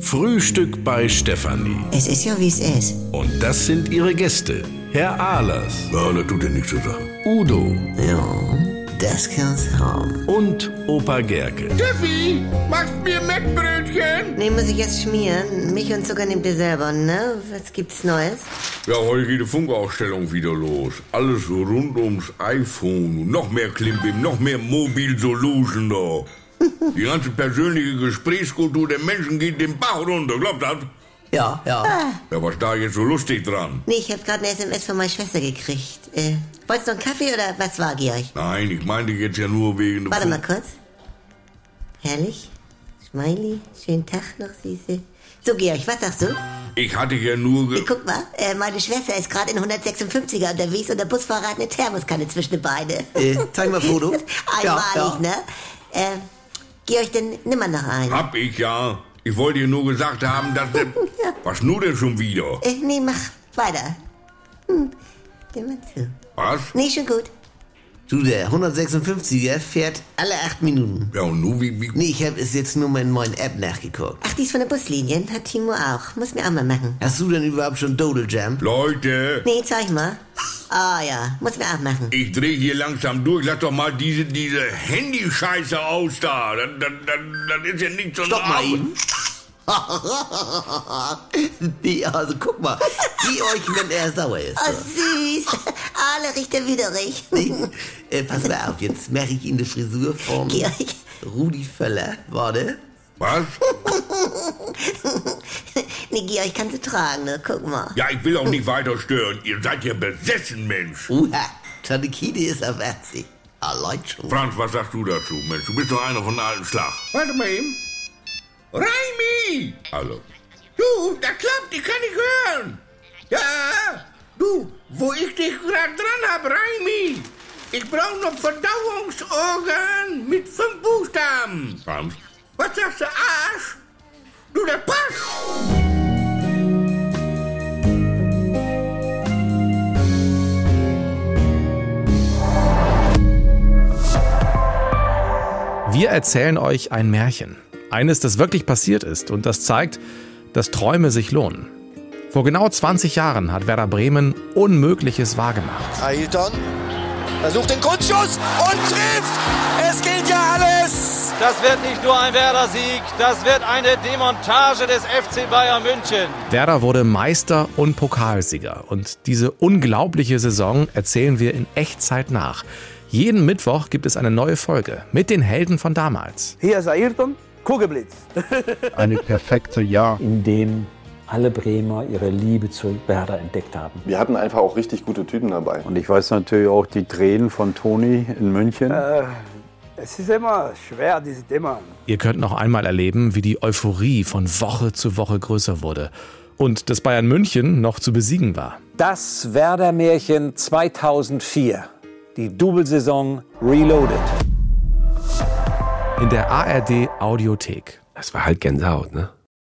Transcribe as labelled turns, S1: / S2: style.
S1: Frühstück bei Stefanie.
S2: Es ist ja, wie es ist.
S1: Und das sind ihre Gäste. Herr Ahlers.
S3: Ja, das tut dir nichts zu sagen.
S1: Udo.
S2: Ja, das kann's haben.
S1: Und Opa Gerke.
S4: Steffi, machst mir Mettbrötchen?
S2: Nee, muss ich jetzt schmieren. Milch und Zucker nehmt ihr selber, ne? Was gibt's Neues?
S3: Ja, heute geht die Funkausstellung wieder los. Alles so rund ums iPhone. Noch mehr Klimbim, noch mehr Mobile Solution da. Die ganze persönliche Gesprächskultur der Menschen geht den Bach runter, glaubt das?
S2: Ja.
S3: Ja, was da jetzt so lustig dran?
S2: Nee, ich hab gerade eine SMS von meiner Schwester gekriegt. Wolltest du noch einen Kaffee oder was war, Georg?
S3: Nein, ich meinte jetzt ja nur wegen der
S2: Warte mal kurz. Herrlich. Smiley. Schönen Tag noch, Süße. So, Georg, was sagst du?
S3: Ich hatte ja nur
S2: Guck mal, meine Schwester ist gerade in 156er unterwegs und der Busfahrer hat eine Thermoskanne zwischen den Beinen.
S5: Zeig mal Foto.
S2: Einmalig, ne? Georg, dann nimm mal noch einen.
S3: Hab ich ja. Ich wollte dir nur gesagt haben, dass...
S2: Ja.
S3: Was nur denn schon wieder?
S2: Nee, mach weiter. Geh mal zu.
S3: Was?
S2: Nee, schon gut.
S5: Du, der 156er fährt alle 8 Minuten.
S3: Ja, und nu wie...
S5: Nee, ich hab es jetzt nur mal in meinen App nachgeguckt.
S2: Ach, die ist von der Buslinien, hat Timo auch. Muss mir auch mal machen.
S5: Hast du denn überhaupt schon Dodel Jam?
S3: Leute,
S2: Nee, zeig mal. Ah ja, muss mir auch machen.
S3: ich dreh hier langsam durch. Lass doch mal diese Handyscheiße aus da. Das ist ja nicht so...
S5: Stopp mal eben. Nee, also guck mal. Georg, wenn er sauer ist.
S2: Oh, süß. Alle riecht er widerlich.
S5: Pass mal auf, jetzt mache ich Ihnen eine Frisur von
S2: Georg.
S5: Rudi Völler. Warte.
S3: Was?
S2: Nee, Georg, kannst du tragen, ne? Guck mal.
S3: Ja, ich will auch nicht weiter stören. Ihr seid ja besessen, Mensch.
S5: Tante Kide ist auf 80. Leute schon.
S3: Franz, was sagst du dazu, Mensch? Du bist doch einer von allen Schlag.
S4: Warte mal eben. Raimi!
S3: Also,
S4: Du, da klappt, ich kann nicht hören. Ja, du, wo ich dich gerade dran hab, Raimi. Ich brauch noch Verdauungsorgan mit 5 Buchstaben.
S3: Franz.
S4: Was sagst du, Arsch? Du, der passt.
S6: Wir erzählen euch ein Märchen. Eines, das wirklich passiert ist und das zeigt, dass Träume sich lohnen. Vor genau 20 Jahren hat Werder Bremen Unmögliches wahrgemacht.
S7: Ailton versucht den Grundschuss und trifft. Es gilt ja alles.
S8: Das wird nicht nur ein Werder-Sieg, das wird eine Demontage des FC Bayern München.
S6: Werder wurde Meister und Pokalsieger. Und diese unglaubliche Saison erzählen wir in Echtzeit nach. Jeden Mittwoch gibt es eine neue Folge mit den Helden von damals.
S9: Hier ist Ailton, Kugelblitz.
S10: Ein perfektes Jahr.
S11: In dem alle Bremer ihre Liebe zu Werder entdeckt haben.
S12: Wir hatten einfach auch richtig gute Typen dabei.
S10: Und ich weiß natürlich auch die Tränen von Toni in München.
S9: Es ist immer schwer, diese Thema.
S6: Ihr könnt noch einmal erleben, wie die Euphorie von Woche zu Woche größer wurde. Und dass Bayern München noch zu besiegen war.
S11: Das Werder-Märchen 2004. Die Double-Saison Reloaded.
S6: In der ARD Audiothek.
S13: Das war halt Gänsehaut, ne?